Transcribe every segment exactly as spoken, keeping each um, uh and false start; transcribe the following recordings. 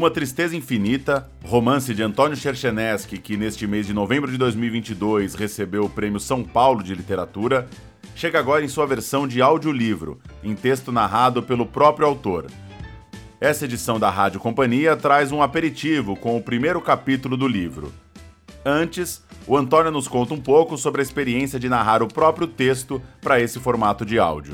Uma Tristeza Infinita, romance de Antônio Cherchenesky, que neste mês de novembro de dois mil e vinte e dois recebeu o Prêmio São Paulo de Literatura, chega agora em sua versão de audiolivro, em texto narrado pelo próprio autor. Essa edição da Rádio Companhia traz um aperitivo com o primeiro capítulo do livro. Antes, o Antônio nos conta um pouco sobre a experiência de narrar o próprio texto para esse formato de áudio.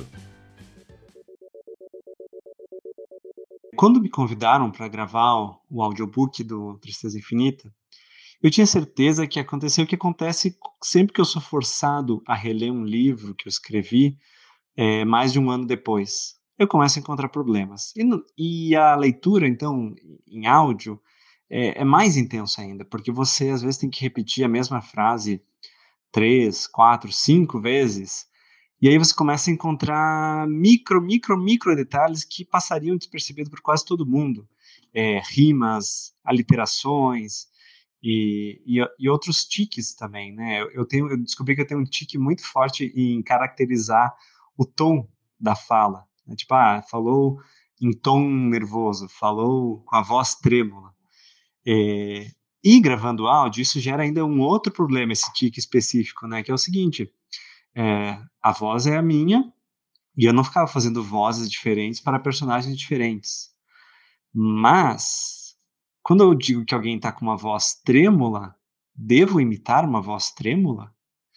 Quando me convidaram para gravar o, o audiobook do Tristeza Infinita, eu tinha certeza que aconteceu o que acontece sempre que eu sou forçado a reler um livro que eu escrevi é, mais de um ano depois. Eu começo a encontrar problemas. E, no, e a leitura, então, em áudio, é, é mais intenso ainda, porque você às vezes tem que repetir a mesma frase três, quatro, cinco vezes. E aí você começa a encontrar micro, micro, micro detalhes que passariam despercebido por quase todo mundo. É, rimas, aliterações e, e, e outros tiques também, né? Eu, eu, tenho, eu descobri que eu tenho um tique muito forte em caracterizar o tom da fala. Né? Tipo, ah, falou em tom nervoso, falou com a voz trêmula. É, e gravando áudio, isso gera ainda um outro problema, esse tique específico, né? Que é o seguinte... É, a voz é a minha, e eu não ficava fazendo vozes diferentes para personagens diferentes. Mas, quando eu digo que alguém está com uma voz trêmula, devo imitar uma voz trêmula?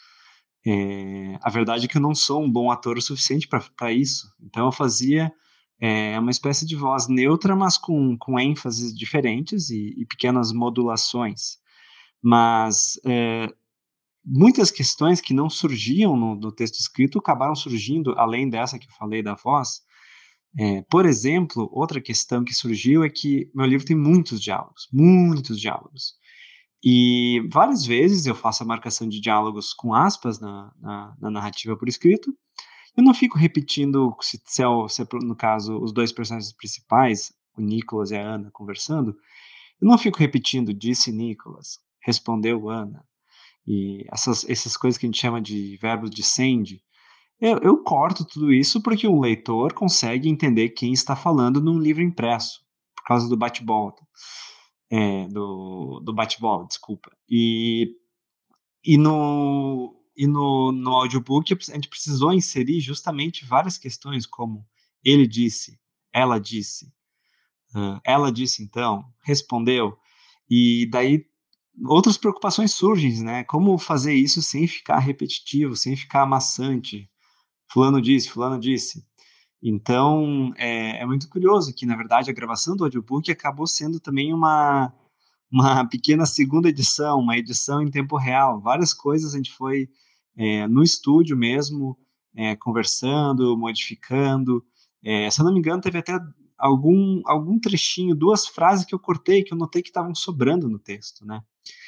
É, a verdade é que eu não sou um bom ator o suficiente para isso. Então, eu fazia é, uma espécie de voz neutra, mas com, com ênfases diferentes e, e pequenas modulações. Mas é, muitas questões que não surgiam no, no texto escrito acabaram surgindo, além dessa que eu falei da voz. É, por exemplo, outra questão que surgiu é que meu livro tem muitos diálogos, muitos diálogos. E várias vezes eu faço a marcação de diálogos com aspas na, na, na narrativa por escrito. Eu não fico repetindo, se, se, é, se é, no caso, os dois personagens principais, o Nicholas e a Ana, conversando, eu não fico repetindo, disse Nicholas, respondeu Ana. E essas, essas coisas que a gente chama de verbos de send, eu, eu corto tudo isso porque um leitor consegue entender quem está falando num livro impresso, por causa do bate-bola, é, do, do bate-bola, desculpa. E, e, no, e no, no audiobook a gente precisou inserir justamente várias questões, como ele disse, ela disse, uh, ela disse então, respondeu, e daí outras preocupações surgem, né? Como fazer isso sem ficar repetitivo, sem ficar amassante? Fulano disse, fulano disse. Então, é, é muito curioso que, na verdade, a gravação do audiobook acabou sendo também uma, uma pequena segunda edição, uma edição em tempo real. Várias coisas a gente foi é, no estúdio mesmo, é, conversando, modificando. É, se eu não me engano, teve até algum, algum trechinho, duas frases que eu cortei, que eu notei que estavam sobrando no texto, né?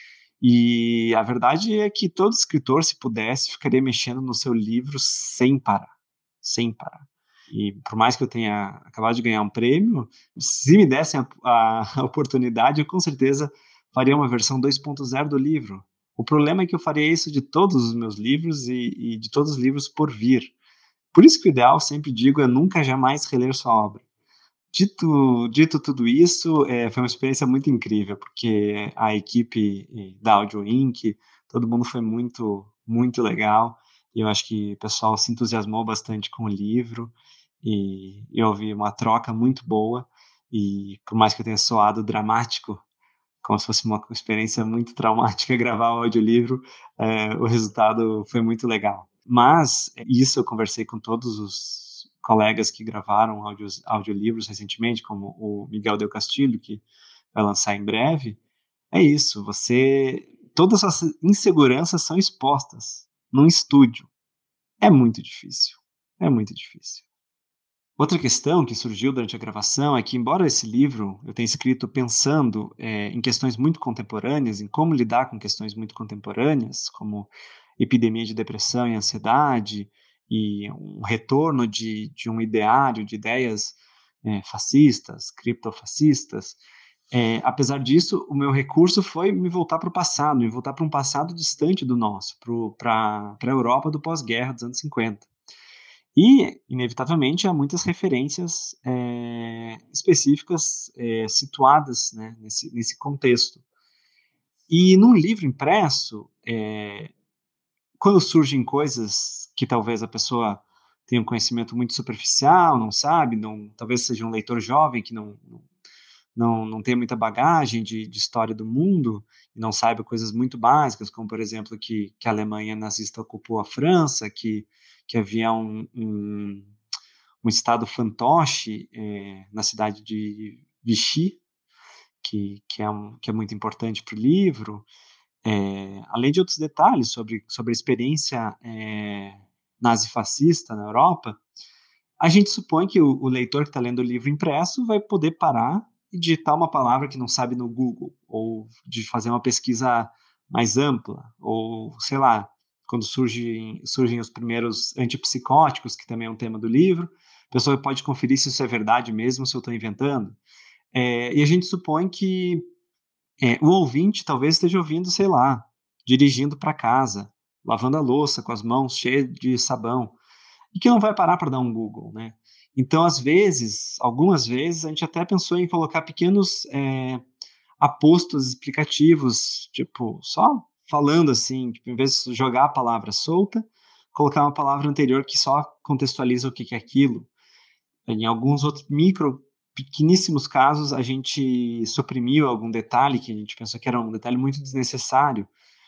E a verdade é que todo escritor, se pudesse, ficaria mexendo no seu livro sem parar, sem parar. E por mais que eu tenha acabado de ganhar um prêmio, se me dessem a, a, a oportunidade, eu com certeza faria uma versão dois ponto zero do livro. O problema é que eu faria isso de todos os meus livros e, e de todos os livros por vir. Por isso que o ideal, sempre digo, é nunca jamais reler sua obra. Dito, dito tudo isso, é, foi uma experiência muito incrível, porque a equipe da Audio Inc, todo mundo foi muito, muito legal, e eu acho que o pessoal se entusiasmou bastante com o livro, e eu ouvi uma troca muito boa, e por mais que eu tenha soado dramático, como se fosse uma experiência muito traumática gravar o audiolivro, é, o resultado foi muito legal. Mas isso eu conversei com todos os colegas que gravaram audios, audiolivros recentemente, como o Miguel Del Castillo, que vai lançar em breve. É isso, você... Todas as inseguranças são expostas num estúdio. É muito difícil, é muito difícil. Outra questão que surgiu durante a gravação é que, embora esse livro eu tenha escrito pensando é, em questões muito contemporâneas, em como lidar com questões muito contemporâneas, como epidemia de depressão e ansiedade, e um retorno de, de um ideário, de ideias é, fascistas, criptofascistas, é, apesar disso, o meu recurso foi me voltar para o passado, me voltar para um passado distante do nosso, para a Europa do pós-guerra dos anos cinquenta. E, inevitavelmente, há muitas referências é, específicas é, situadas, né, nesse, nesse contexto. E num livro impresso, é, quando surgem coisas que talvez a pessoa tenha um conhecimento muito superficial, não sabe, não, talvez seja um leitor jovem que não, não, não tenha muita bagagem de, de história do mundo e não saiba coisas muito básicas, como, por exemplo, que, que a Alemanha nazista ocupou a França, que, que havia um, um, um estado fantoche é, na cidade de Vichy, que, que, é, um, que é muito importante para o livro, é, além de outros detalhes sobre, sobre a experiência é, nazifascista na Europa, a gente supõe que o, o leitor que está lendo o livro impresso vai poder parar e digitar uma palavra que não sabe no Google, ou de fazer uma pesquisa mais ampla, ou, sei lá, quando surgem, surgem os primeiros antipsicóticos, que também é um tema do livro, a pessoa pode conferir se isso é verdade mesmo, se eu estou inventando. É, e a gente supõe que é, o ouvinte talvez esteja ouvindo, sei lá, dirigindo para casa, lavando a louça com as mãos cheias de sabão, e que não vai parar para dar um Google, né? Então, às vezes, algumas vezes, a gente até pensou em colocar pequenos é, apostos explicativos, tipo, só falando assim, tipo, em vez de jogar a palavra solta, colocar uma palavra anterior que só contextualiza o que, que é aquilo. Em alguns outros micro, pequeníssimos casos, a gente suprimiu algum detalhe que a gente pensou que era um detalhe muito desnecessário.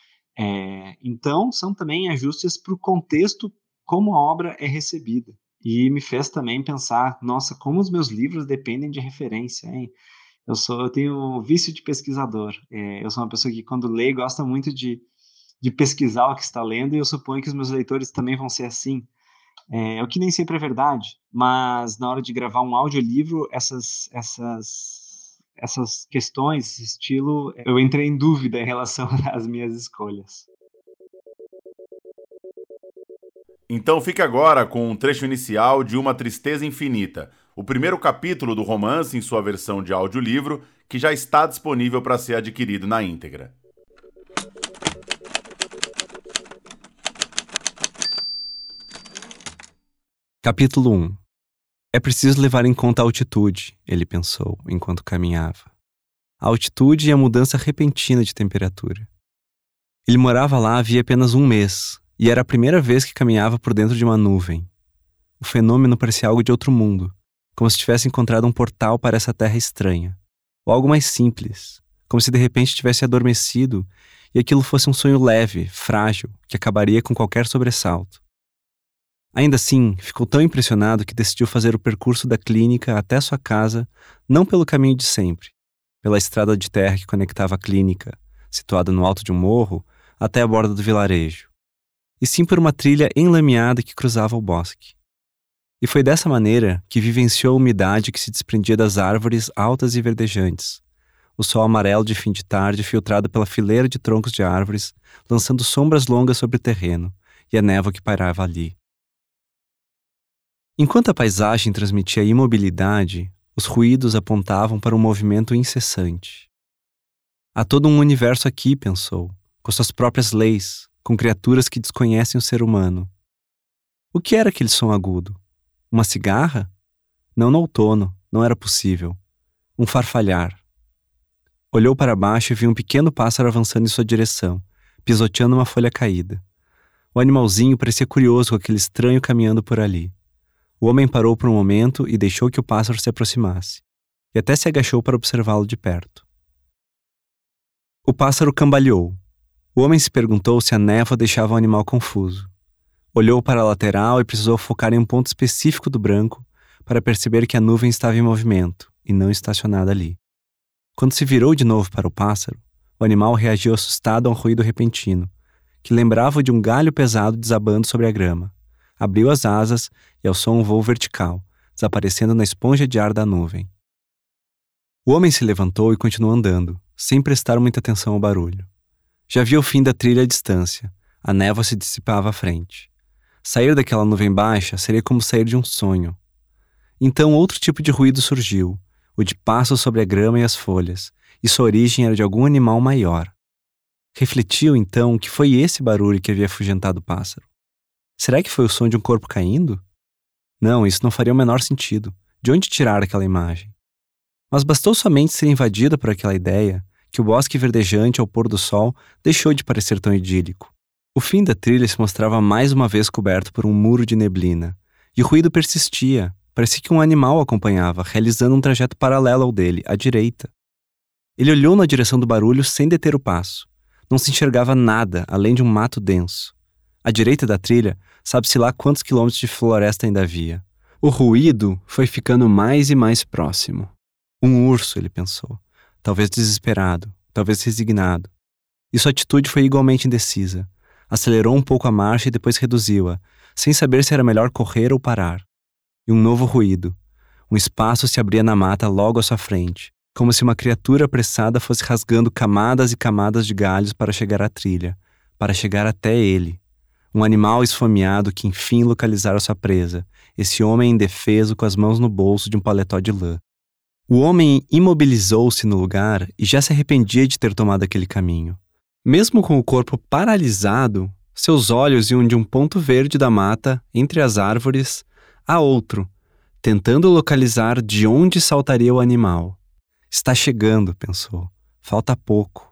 É, então, são também ajustes para o contexto como a obra é recebida. E me fez também pensar, nossa, como os meus livros dependem de referência, hein? Eu sou, eu tenho vício de pesquisador. É, eu sou uma pessoa que, quando lê, gosta muito de, de pesquisar o que está lendo, e eu suponho que os meus leitores também vão ser assim. É, o que nem sempre é verdade, mas na hora de gravar um audiolivro, essas, essas, essas questões, esse estilo, eu entrei em dúvida em relação às minhas escolhas. Então fique agora com um trecho inicial de Uma Tristeza Infinita, o primeiro capítulo do romance em sua versão de audiolivro, que já está disponível para ser adquirido na íntegra. Capítulo um. É preciso levar em conta a altitude, ele pensou, enquanto caminhava. A altitude e a mudança repentina de temperatura. Ele morava lá havia apenas um mês, e era a primeira vez que caminhava por dentro de uma nuvem. O fenômeno parecia algo de outro mundo, como se tivesse encontrado um portal para essa terra estranha. Ou algo mais simples, como se de repente tivesse adormecido e aquilo fosse um sonho leve, frágil, que acabaria com qualquer sobressalto. Ainda assim, ficou tão impressionado que decidiu fazer o percurso da clínica até sua casa, não pelo caminho de sempre, pela estrada de terra que conectava a clínica, situada no alto de um morro, até a borda do vilarejo, e sim por uma trilha enlameada que cruzava o bosque. E foi dessa maneira que vivenciou a umidade que se desprendia das árvores altas e verdejantes, o sol amarelo de fim de tarde filtrado pela fileira de troncos de árvores, lançando sombras longas sobre o terreno, e a névoa que pairava ali. Enquanto a paisagem transmitia imobilidade, os ruídos apontavam para um movimento incessante. Há todo um universo aqui, pensou, com suas próprias leis, com criaturas que desconhecem o ser humano. O que era aquele som agudo? Uma cigarra? Não no outono, não era possível. Um farfalhar. Olhou para baixo e viu um pequeno pássaro avançando em sua direção, pisoteando uma folha caída. O animalzinho parecia curioso com aquele estranho caminhando por ali. O homem parou por um momento e deixou que o pássaro se aproximasse, e até se agachou para observá-lo de perto. O pássaro cambaleou. O homem se perguntou se a névoa deixava o animal confuso. Olhou para a lateral e precisou focar em um ponto específico do branco para perceber que a nuvem estava em movimento e não estacionada ali. Quando se virou de novo para o pássaro, o animal reagiu assustado a um ruído repentino, que lembrava de um galho pesado desabando sobre a grama. Abriu as asas e alçou um voo vertical, desaparecendo na esponja de ar da nuvem. O homem se levantou e continuou andando, sem prestar muita atenção ao barulho. Já via o fim da trilha à distância. A névoa se dissipava à frente. Sair daquela nuvem baixa seria como sair de um sonho. Então outro tipo de ruído surgiu, o de passos sobre a grama e as folhas, e sua origem era de algum animal maior. Refletiu então que foi esse barulho que havia afugentado o pássaro. Será que foi o som de um corpo caindo? Não, isso não faria o menor sentido. De onde tirar aquela imagem? Mas bastou somente ser invadida por aquela ideia que o bosque verdejante ao pôr do sol deixou de parecer tão idílico. O fim da trilha se mostrava mais uma vez coberto por um muro de neblina, e o ruído persistia. Parecia que um animal o acompanhava, realizando um trajeto paralelo ao dele, à direita. Ele olhou na direção do barulho sem deter o passo. Não se enxergava nada além de um mato denso. À direita da trilha, sabe-se lá quantos quilômetros de floresta ainda havia. O ruído foi ficando mais e mais próximo. Um urso, ele pensou. Talvez desesperado, talvez resignado. E sua atitude foi igualmente indecisa. Acelerou um pouco a marcha e depois reduziu-a, sem saber se era melhor correr ou parar. E um novo ruído. Um espaço se abria na mata logo à sua frente, como se uma criatura apressada fosse rasgando camadas e camadas de galhos para chegar à trilha, para chegar até ele. Um animal esfomeado que enfim localizara sua presa, esse homem indefeso com as mãos no bolso de um paletó de lã. O homem imobilizou-se no lugar e já se arrependia de ter tomado aquele caminho. Mesmo com o corpo paralisado, seus olhos iam de um ponto verde da mata, entre as árvores, a outro, tentando localizar de onde saltaria o animal. Está chegando, pensou. Falta pouco.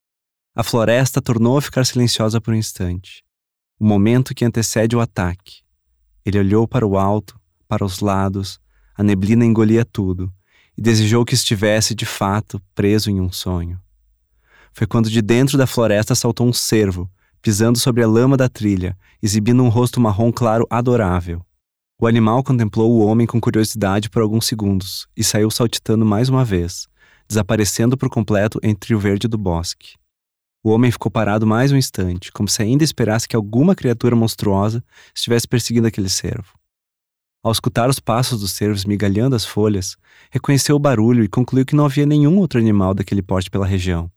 A floresta tornou a ficar silenciosa por um instante. O momento que antecede o ataque. Ele olhou para o alto, para os lados, a neblina engolia tudo, e desejou que estivesse, de fato, preso em um sonho. Foi quando de dentro da floresta saltou um cervo, pisando sobre a lama da trilha, exibindo um rosto marrom claro adorável. O animal contemplou o homem com curiosidade por alguns segundos e saiu saltitando mais uma vez, desaparecendo por completo entre o verde do bosque. O homem ficou parado mais um instante, como se ainda esperasse que alguma criatura monstruosa estivesse perseguindo aquele cervo. Ao escutar os passos do cervo esmigalhando as folhas, reconheceu o barulho e concluiu que não havia nenhum outro animal daquele porte pela região.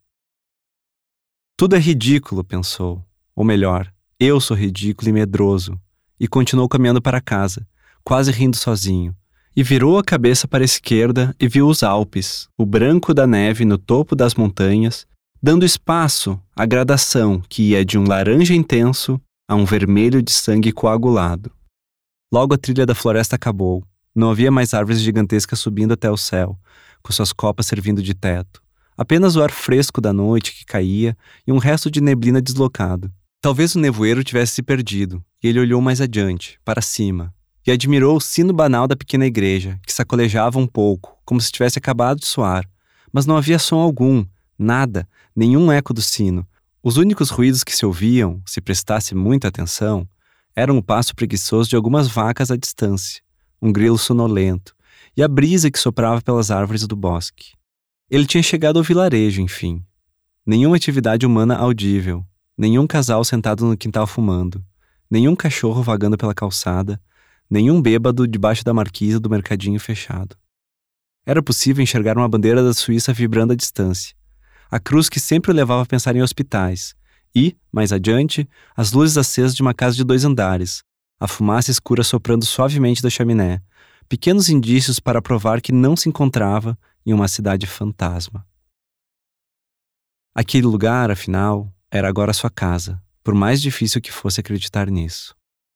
Tudo é ridículo, pensou. Ou melhor, eu sou ridículo e medroso. E continuou caminhando para casa, quase rindo sozinho. E virou a cabeça para a esquerda e viu os Alpes, o branco da neve no topo das montanhas, dando espaço à gradação que ia de um laranja intenso a um vermelho de sangue coagulado. Logo a trilha da floresta acabou. Não havia mais árvores gigantescas subindo até o céu, com suas copas servindo de teto. Apenas o ar fresco da noite que caía e um resto de neblina deslocado. Talvez o nevoeiro tivesse se perdido, e ele olhou mais adiante, para cima, e admirou o sino banal da pequena igreja, que sacolejava um pouco, como se tivesse acabado de soar. Mas não havia som algum, nada, nenhum eco do sino. Os únicos ruídos que se ouviam, se prestasse muita atenção, eram o passo preguiçoso de algumas vacas à distância, um grilo sonolento, e a brisa que soprava pelas árvores do bosque. Ele tinha chegado ao vilarejo, enfim. Nenhuma atividade humana audível, nenhum casal sentado no quintal fumando, nenhum cachorro vagando pela calçada, nenhum bêbado debaixo da marquise do mercadinho fechado. Era possível enxergar uma bandeira da Suíça vibrando à distância, a cruz que sempre o levava a pensar em hospitais, e, mais adiante, as luzes acesas de uma casa de dois andares, a fumaça escura soprando suavemente da chaminé, pequenos indícios para provar que não se encontrava em uma cidade fantasma. Aquele lugar, afinal, era agora sua casa, por mais difícil que fosse acreditar nisso.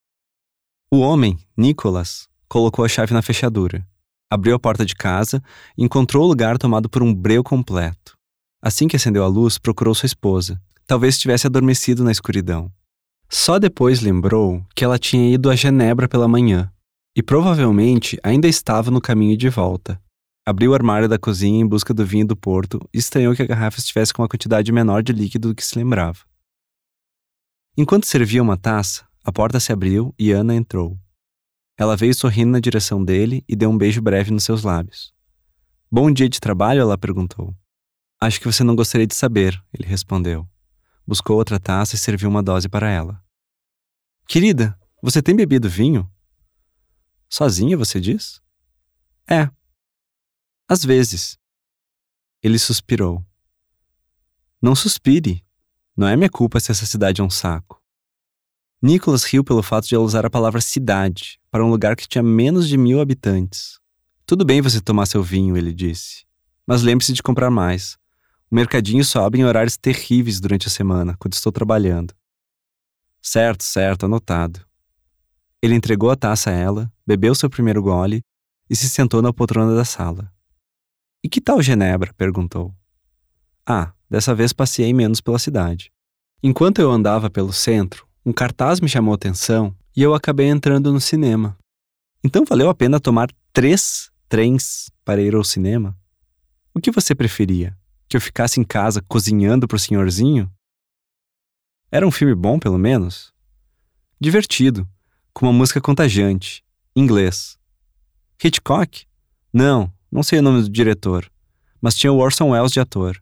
O homem, Nicholas, colocou a chave na fechadura, abriu a porta de casa e encontrou o lugar tomado por um breu completo. Assim que acendeu a luz, procurou sua esposa. Talvez tivesse adormecido na escuridão. Só depois lembrou que ela tinha ido a Genebra pela manhã e provavelmente ainda estava no caminho de volta. Abriu o armário da cozinha em busca do vinho do Porto e estranhou que a garrafa estivesse com uma quantidade menor de líquido do que se lembrava. Enquanto servia uma taça, a porta se abriu e Ana entrou. Ela veio sorrindo na direção dele e deu um beijo breve nos seus lábios. Bom dia de trabalho? Ela perguntou. Acho que você não gostaria de saber, ele respondeu. Buscou outra taça e serviu uma dose para ela. Querida, você tem bebido vinho? Sozinha, você diz? É. Às vezes. Ele suspirou. Não suspire. Não é minha culpa se essa cidade é um saco. Nicholas riu pelo fato de ela usar a palavra cidade para um lugar que tinha menos de mil habitantes. Tudo bem você tomar seu vinho, ele disse. Mas lembre-se de comprar mais. O mercadinho só abre em horários terríveis durante a semana, quando estou trabalhando. Certo, certo, anotado. Ele entregou a taça a ela, bebeu seu primeiro gole e se sentou na poltrona da sala. E que tal Genebra? Perguntou. Ah, dessa vez passeei menos pela cidade. Enquanto eu andava pelo centro, um cartaz me chamou a atenção e eu acabei entrando no cinema. Então valeu a pena tomar três trens para ir ao cinema? O que você preferia? Que eu ficasse em casa cozinhando pro senhorzinho? Era um filme bom, pelo menos? Divertido, com uma música contagiante, em inglês. Hitchcock? Não, não sei o nome do diretor, mas tinha o Orson Welles de ator.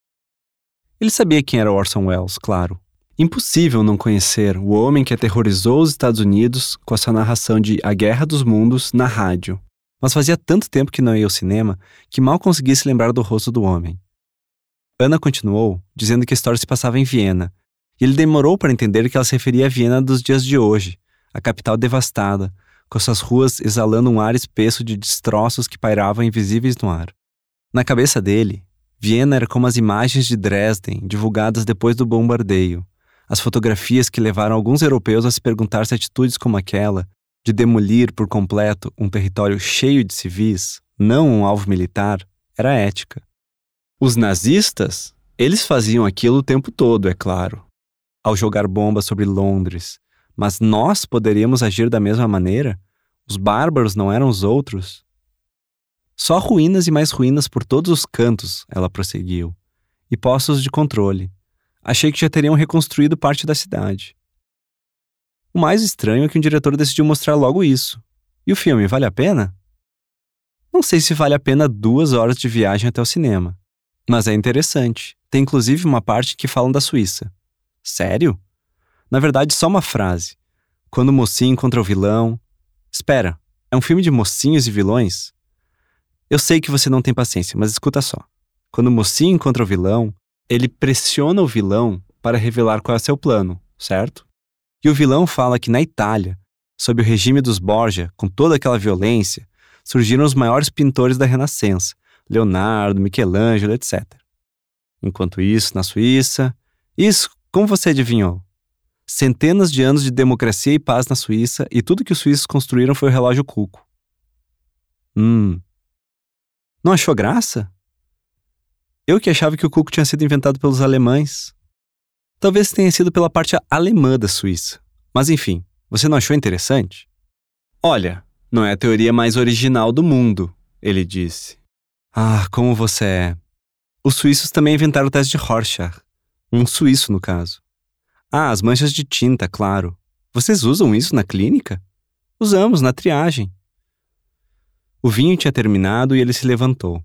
Ele sabia quem era Orson Welles, claro. Impossível não conhecer o homem que aterrorizou os Estados Unidos com a sua narração de A Guerra dos Mundos na rádio. Mas fazia tanto tempo que não ia ao cinema que mal conseguia se lembrar do rosto do homem. Ana continuou, dizendo que a história se passava em Viena, e ele demorou para entender que ela se referia a Viena dos dias de hoje, a capital devastada, com suas ruas exalando um ar espesso de destroços que pairavam invisíveis no ar. Na cabeça dele, Viena era como as imagens de Dresden divulgadas depois do bombardeio, as fotografias que levaram alguns europeus a se perguntar se atitudes como aquela, de demolir por completo um território cheio de civis, não um alvo militar, era ética. Os nazistas, eles faziam aquilo o tempo todo, é claro, ao jogar bombas sobre Londres, mas nós poderíamos agir da mesma maneira? Os bárbaros não eram os outros? Só ruínas e mais ruínas por todos os cantos, ela prosseguiu, e postos de controle. Achei que já teriam reconstruído parte da cidade. O mais estranho é que um diretor decidiu mostrar logo isso. E o filme vale a pena? Não sei se vale a pena duas horas de viagem até o cinema. Mas é interessante. Tem inclusive uma parte que falam da Suíça. Sério? Na verdade, só uma frase. Quando o mocinho encontra o vilão... Espera, é um filme de mocinhos e vilões? Eu sei que você não tem paciência, mas escuta só. Quando o mocinho encontra o vilão, ele pressiona o vilão para revelar qual é seu plano, certo? E o vilão fala que na Itália, sob o regime dos Borgia, com toda aquela violência, surgiram os maiores pintores da Renascença, Leonardo, Michelangelo, etcétera. Enquanto isso, na Suíça... Isso, como você adivinhou? Centenas de anos de democracia e paz na Suíça e tudo que os suíços construíram foi o relógio Cuco. Hum... Não achou graça? Eu que achava que o Cuco tinha sido inventado pelos alemães. Talvez tenha sido pela parte alemã da Suíça. Mas enfim, você não achou interessante? Olha, não é a teoria mais original do mundo, ele disse. Ah, como você é. Os suíços também inventaram o teste de Rorschach. Um suíço, no caso. Ah, as manchas de tinta, claro. Vocês usam isso na clínica? Usamos, na triagem. O vinho tinha terminado e ele se levantou.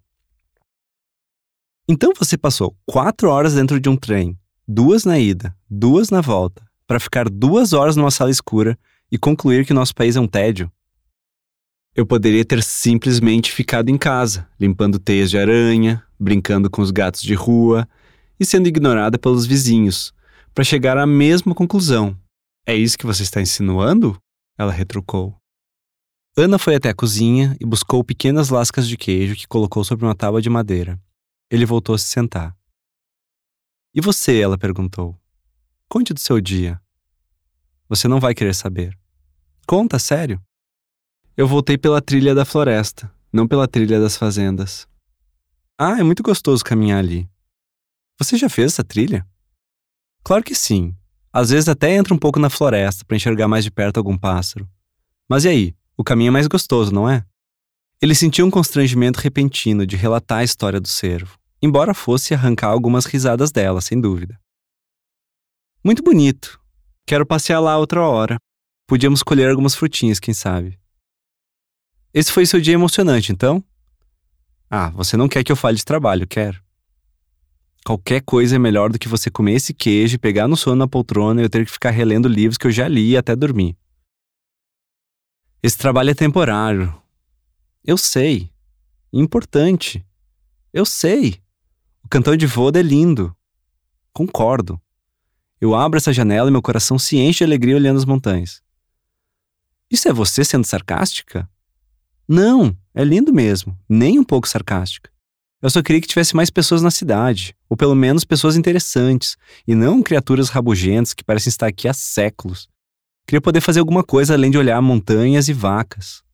Então você passou quatro horas dentro de um trem, duas na ida, duas na volta, para ficar duas horas numa sala escura e concluir que nosso país é um tédio? Eu poderia ter simplesmente ficado em casa, limpando teias de aranha, brincando com os gatos de rua e sendo ignorada pelos vizinhos, para chegar à mesma conclusão. É isso que você está insinuando? Ela retrucou. Ana foi até a cozinha e buscou pequenas lascas de queijo que colocou sobre uma tábua de madeira. Ele voltou a se sentar. E você? Ela perguntou. Conte do seu dia. Você não vai querer saber. Conta, sério. Eu voltei pela trilha da floresta, não pela trilha das fazendas. Ah, é muito gostoso caminhar ali. Você já fez essa trilha? Claro que sim. Às vezes até entra um pouco na floresta para enxergar mais de perto algum pássaro. Mas e aí? O caminho é mais gostoso, não é? Ele sentiu um constrangimento repentino de relatar a história do cervo, embora fosse arrancar algumas risadas dela, sem dúvida. Muito bonito. Quero passear lá outra hora. Podíamos colher algumas frutinhas, quem sabe. Esse foi seu dia emocionante, então? Ah, você não quer que eu fale de trabalho, quer? Qualquer coisa é melhor do que você comer esse queijo e pegar no sono na poltrona e eu ter que ficar relendo livros que eu já li até dormir. Esse trabalho é temporário. Eu sei. Importante. Eu sei. O cantão de Voda é lindo. Concordo. Eu abro essa janela e meu coração se enche de alegria olhando as montanhas. Isso é você sendo sarcástica? Não, é lindo mesmo. Nem um pouco sarcástica. Eu só queria que tivesse mais pessoas na cidade, ou pelo menos pessoas interessantes, e não criaturas rabugentas que parecem estar aqui há séculos. Queria poder fazer alguma coisa além de olhar montanhas e vacas.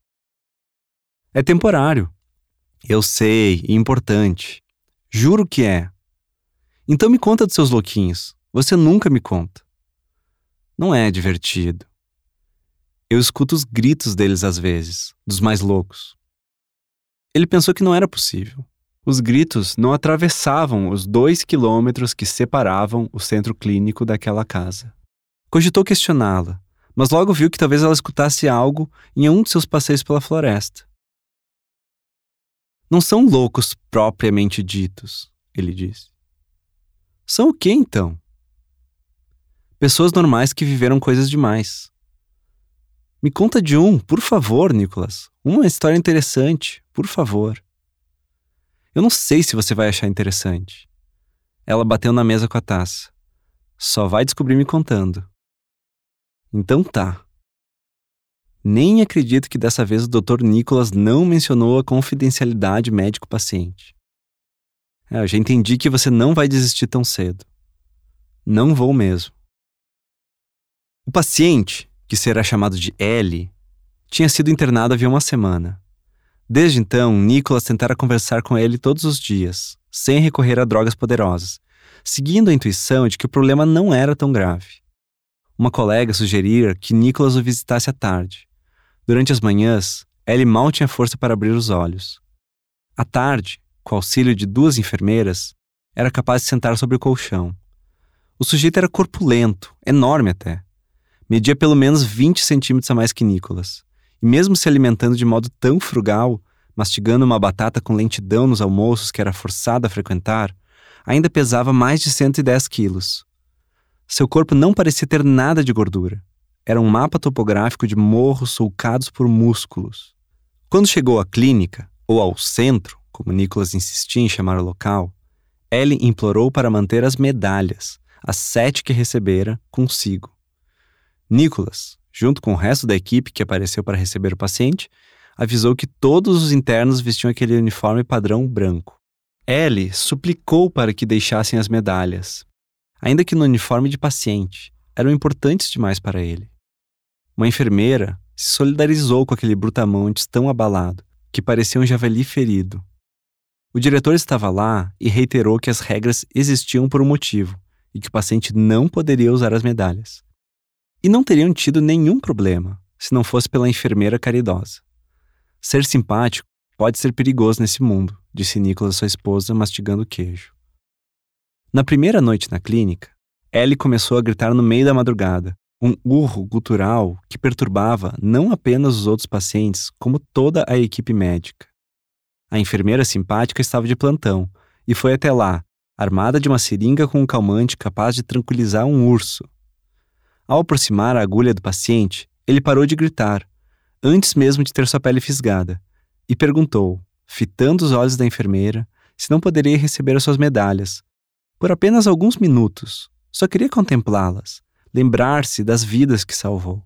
É temporário. Eu sei, e importante. Juro que é. Então me conta dos seus louquinhos. Você nunca me conta. Não é divertido. Eu escuto os gritos deles às vezes, dos mais loucos. Ele pensou que não era possível. Os gritos não atravessavam os dois quilômetros que separavam o centro clínico daquela casa. Cogitou questioná-la, mas logo viu que talvez ela escutasse algo em um de seus passeios pela floresta. Não são loucos propriamente ditos, ele disse. São o quê, então? Pessoas normais que viveram coisas demais. Me conta de um, por favor, Nicholas. Uma história interessante, por favor. Eu não sei se você vai achar interessante. Ela bateu na mesa com a taça. Só vai descobrir me contando. Então tá. Nem acredito que dessa vez o doutor Nicholas não mencionou a confidencialidade médico-paciente. É, eu já entendi que você não vai desistir tão cedo. Não vou mesmo. O paciente, que será chamado de L, tinha sido internado havia uma semana. Desde então, Nicholas tentara conversar com ele todos os dias, sem recorrer a drogas poderosas, seguindo a intuição de que o problema não era tão grave. Uma colega sugerira que Nicholas o visitasse à tarde. Durante as manhãs, Ellie mal tinha força para abrir os olhos. À tarde, com o auxílio de duas enfermeiras, era capaz de sentar sobre o colchão. O sujeito era corpulento, enorme até. Media pelo menos vinte centímetros a mais que Nicholas. E mesmo se alimentando de modo tão frugal, mastigando uma batata com lentidão nos almoços que era forçado a frequentar, ainda pesava mais de cento e dez quilos. Seu corpo não parecia ter nada de gordura. Era um mapa topográfico de morros sulcados por músculos. Quando chegou à clínica, ou ao centro, como Nicholas insistia em chamar o local, Ellie implorou para manter as medalhas, as sete que recebera, consigo. Nicholas, junto com o resto da equipe que apareceu para receber o paciente, avisou que todos os internos vestiam aquele uniforme padrão branco. Ellie suplicou para que deixassem as medalhas, ainda que no uniforme de paciente, eram importantes demais para ele. Uma enfermeira se solidarizou com aquele brutamontes tão abalado, que parecia um javali ferido. O diretor estava lá e reiterou que as regras existiam por um motivo e que o paciente não poderia usar as medalhas. E não teriam tido nenhum problema, se não fosse pela enfermeira caridosa. Ser simpático pode ser perigoso nesse mundo, disse Nicholas à sua esposa, mastigando queijo. Na primeira noite na clínica, Ellie começou a gritar no meio da madrugada, um urro gutural que perturbava não apenas os outros pacientes, como toda a equipe médica. A enfermeira simpática estava de plantão e foi até lá, armada de uma seringa com um calmante capaz de tranquilizar um urso. Ao aproximar a agulha do paciente, ele parou de gritar, antes mesmo de ter sua pele fisgada, e perguntou, fitando os olhos da enfermeira, se não poderia receber as suas medalhas. Por apenas alguns minutos, só queria contemplá-las, lembrar-se das vidas que salvou.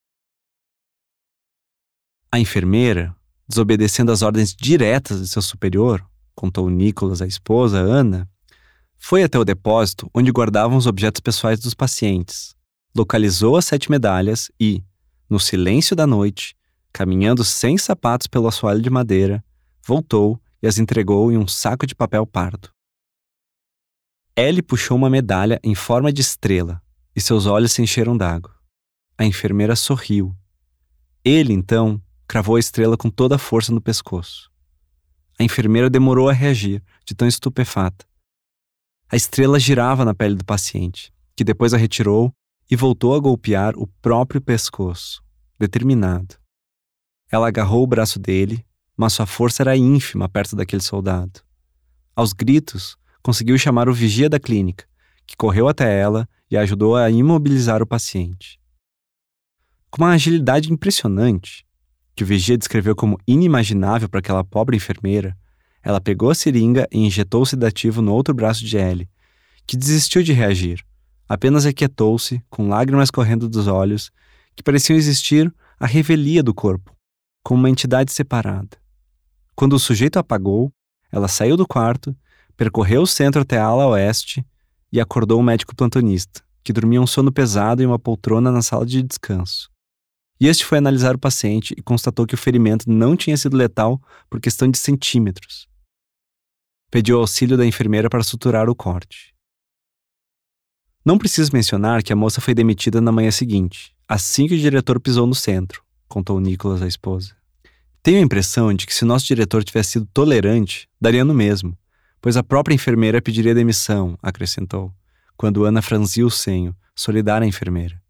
A enfermeira, desobedecendo às ordens diretas de seu superior, contou Nicholas à esposa, Ana, foi até o depósito onde guardavam os objetos pessoais dos pacientes. Localizou as sete medalhas e, no silêncio da noite, caminhando sem sapatos pelo assoalho de madeira, voltou e as entregou em um saco de papel pardo. Ellie puxou uma medalha em forma de estrela e seus olhos se encheram d'água. A enfermeira sorriu. Ele, então, cravou a estrela com toda a força no pescoço. A enfermeira demorou a reagir, de tão estupefata. A estrela girava na pele do paciente, que depois a retirou e voltou a golpear o próprio pescoço, determinado. Ela agarrou o braço dele, mas sua força era ínfima perto daquele soldado. Aos gritos, conseguiu chamar o vigia da clínica, que correu até ela e ajudou a imobilizar o paciente. Com uma agilidade impressionante, que o vigia descreveu como inimaginável para aquela pobre enfermeira, ela pegou a seringa e injetou o sedativo no outro braço de Ellie, que desistiu de reagir. Apenas aquietou-se, com lágrimas correndo dos olhos, que pareciam existir à revelia do corpo, como uma entidade separada. Quando o sujeito apagou, ela saiu do quarto, percorreu o centro até a ala oeste e acordou o médico plantonista, que dormia um sono pesado em uma poltrona na sala de descanso. e este foi analisar o paciente e constatou que o ferimento não tinha sido letal por questão de centímetros. Pediu auxílio da enfermeira para suturar o corte. Não preciso mencionar que a moça foi demitida na manhã seguinte, assim que o diretor pisou no centro, contou Nicholas à esposa. Tenho a impressão de que se nosso diretor tivesse sido tolerante, daria no mesmo, pois a própria enfermeira pediria demissão, acrescentou, quando Ana franziu o senho, solidária à enfermeira.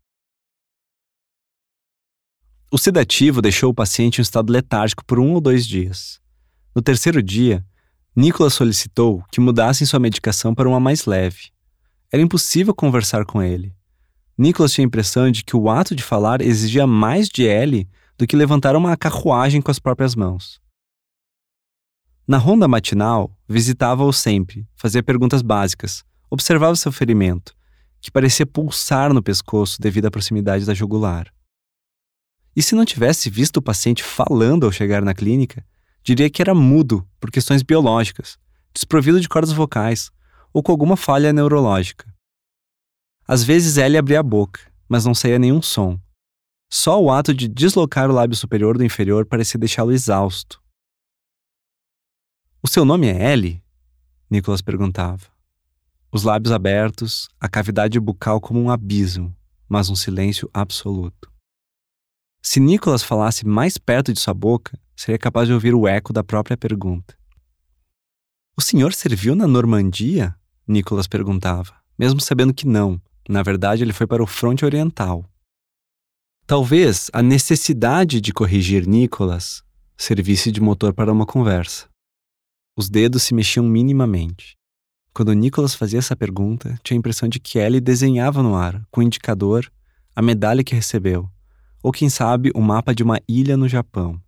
O sedativo deixou o paciente em um estado letárgico por um ou dois dias. No terceiro dia, Nicholas solicitou que mudassem sua medicação para uma mais leve. Era impossível conversar com ele. Nicholas tinha a impressão de que o ato de falar exigia mais de Ellie do que levantar uma carruagem com as próprias mãos. Na ronda matinal, visitava-o sempre, fazia perguntas básicas, observava seu ferimento, que parecia pulsar no pescoço devido à proximidade da jugular. E se não tivesse visto o paciente falando ao chegar na clínica, diria que era mudo por questões biológicas, desprovido de cordas vocais ou com alguma falha neurológica. Às vezes Ellie abria a boca, mas não saía nenhum som. Só o ato de deslocar o lábio superior do inferior parecia deixá-lo exausto. O seu nome é Ellie? Nicholas perguntava. Os lábios abertos, a cavidade bucal como um abismo, mas um silêncio absoluto. Se Nicholas falasse mais perto de sua boca, seria capaz de ouvir o eco da própria pergunta. O senhor serviu na Normandia? Nicholas perguntava, mesmo sabendo que não. Na verdade, ele foi para o fronte oriental. Talvez a necessidade de corrigir Nicholas servisse de motor para uma conversa. Os dedos se mexiam minimamente. Quando Nicholas fazia essa pergunta, tinha a impressão de que Ellie desenhava no ar, com o indicador, a medalha que recebeu, ou quem sabe o mapa de uma ilha no Japão.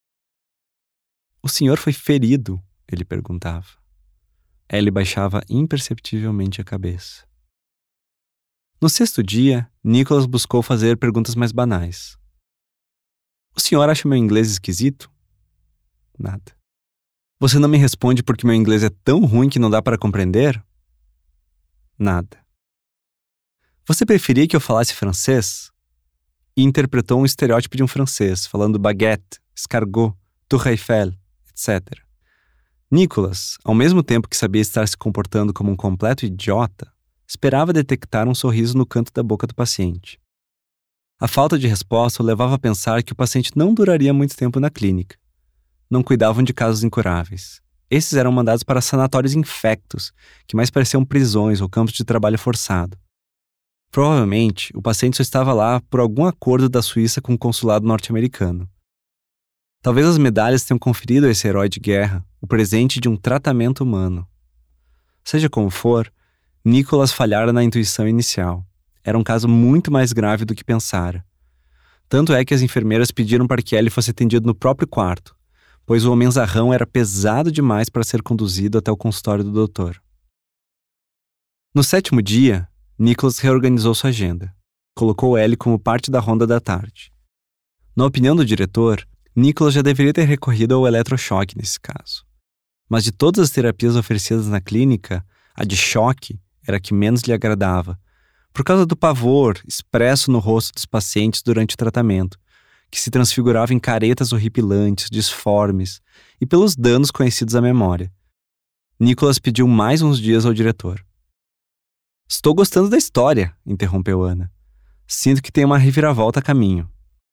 O senhor foi ferido? Ele perguntava. Ellie baixava imperceptivelmente a cabeça. No sexto dia, Nicholas buscou fazer perguntas mais banais. O senhor acha meu inglês esquisito? Nada. Você não me responde porque meu inglês é tão ruim que não dá para compreender? Nada. Você preferia que eu falasse francês? E interpretou um estereótipo de um francês, falando baguette, escargot, tour Eiffel, etcétera. Nicholas, ao mesmo tempo que sabia estar se comportando como um completo idiota, esperava detectar um sorriso no canto da boca do paciente. A falta de resposta o levava a pensar que o paciente não duraria muito tempo na clínica. Não cuidavam de casos incuráveis. Esses eram mandados para sanatórios infectos, que mais pareciam prisões ou campos de trabalho forçado. Provavelmente, o paciente só estava lá por algum acordo da Suíça com o consulado norte-americano. Talvez as medalhas tenham conferido a esse herói de guerra o presente de um tratamento humano. Seja como for, Nicholas falhara na intuição inicial. Era um caso muito mais grave do que pensara. Tanto é que as enfermeiras pediram para que Ellie fosse atendido no próprio quarto, pois o homenzarrão era pesado demais para ser conduzido até o consultório do doutor. No sétimo dia, Nicholas reorganizou sua agenda. Colocou Ellie como parte da ronda da tarde. Na opinião do diretor, Nicholas já deveria ter recorrido ao eletrochoque nesse caso. Mas de todas as terapias oferecidas na clínica, a de choque era a que menos lhe agradava, por causa do pavor expresso no rosto dos pacientes durante o tratamento, que se transfigurava em caretas horripilantes, disformes e pelos danos conhecidos à memória. Nicholas pediu mais uns dias ao diretor. Estou gostando da história, interrompeu Ana. Sinto que tem uma reviravolta a caminho.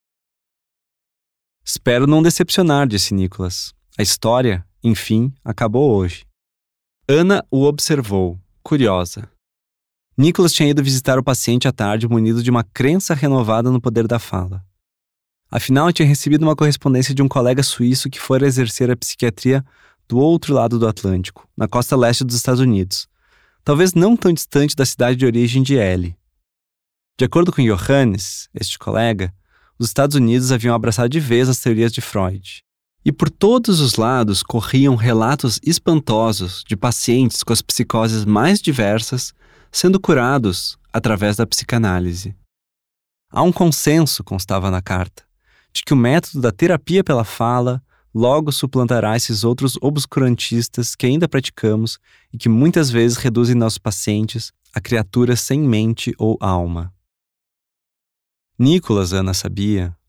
Espero não decepcionar, disse Nicholas. A história, enfim, acabou hoje. Ana o observou, curiosa. Nicholas tinha ido visitar o paciente à tarde munido de uma crença renovada no poder da fala. Afinal, tinha recebido uma correspondência de um colega suíço que fora exercer a psiquiatria do outro lado do Atlântico, na costa leste dos Estados Unidos, talvez não tão distante da cidade de origem de Ellie. De acordo com Johannes, este colega, os Estados Unidos haviam abraçado de vez as teorias de Freud. E por todos os lados corriam relatos espantosos de pacientes com as psicoses mais diversas sendo curados através da psicanálise. Há um consenso, constava na carta, de que o método da terapia pela fala logo suplantará esses outros obscurantistas que ainda praticamos e que muitas vezes reduzem nossos pacientes a criaturas sem mente ou alma. Nicholas, Ana sabia,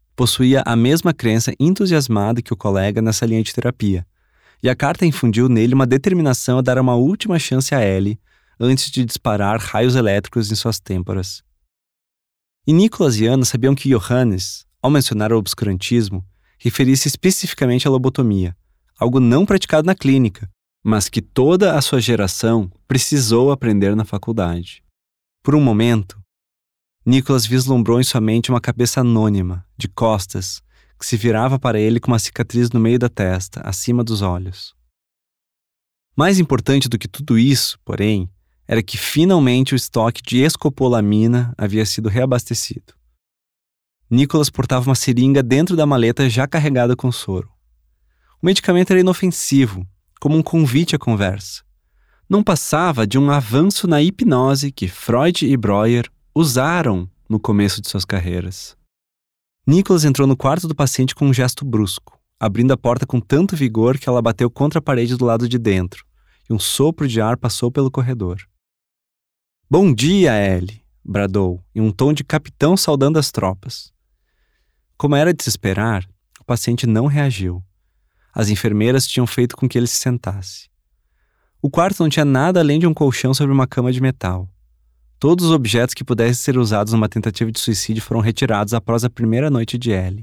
possuía a mesma crença entusiasmada que o colega nessa linha de terapia, e a carta infundiu nele uma determinação a dar uma última chance a Ellie antes de disparar raios elétricos em suas têmporas. E Nicholas e Anna sabiam que Johannes, ao mencionar o obscurantismo, referia-se especificamente à lobotomia, algo não praticado na clínica, mas que toda a sua geração precisou aprender na faculdade. Por um momento, Nicholas vislumbrou em sua mente uma cabeça anônima, de costas, que se virava para ele com uma cicatriz no meio da testa, acima dos olhos. Mais importante do que tudo isso, porém, era que finalmente o estoque de escopolamina havia sido reabastecido. Nicholas portava uma seringa dentro da maleta já carregada com soro. O medicamento era inofensivo, como um convite à conversa. Não passava de um avanço na hipnose que Freud e Breuer usaram no começo de suas carreiras. Nicholas entrou no quarto do paciente com um gesto brusco, abrindo a porta com tanto vigor que ela bateu contra a parede do lado de dentro, e um sopro de ar passou pelo corredor. "Bom dia, Ellie!" bradou, em um tom de capitão saudando as tropas. Como era de se esperar, o paciente não reagiu. As enfermeiras tinham feito com que ele se sentasse. O quarto não tinha nada além de um colchão sobre uma cama de metal. Todos os objetos que pudessem ser usados numa tentativa de suicídio foram retirados após a primeira noite de Ellie.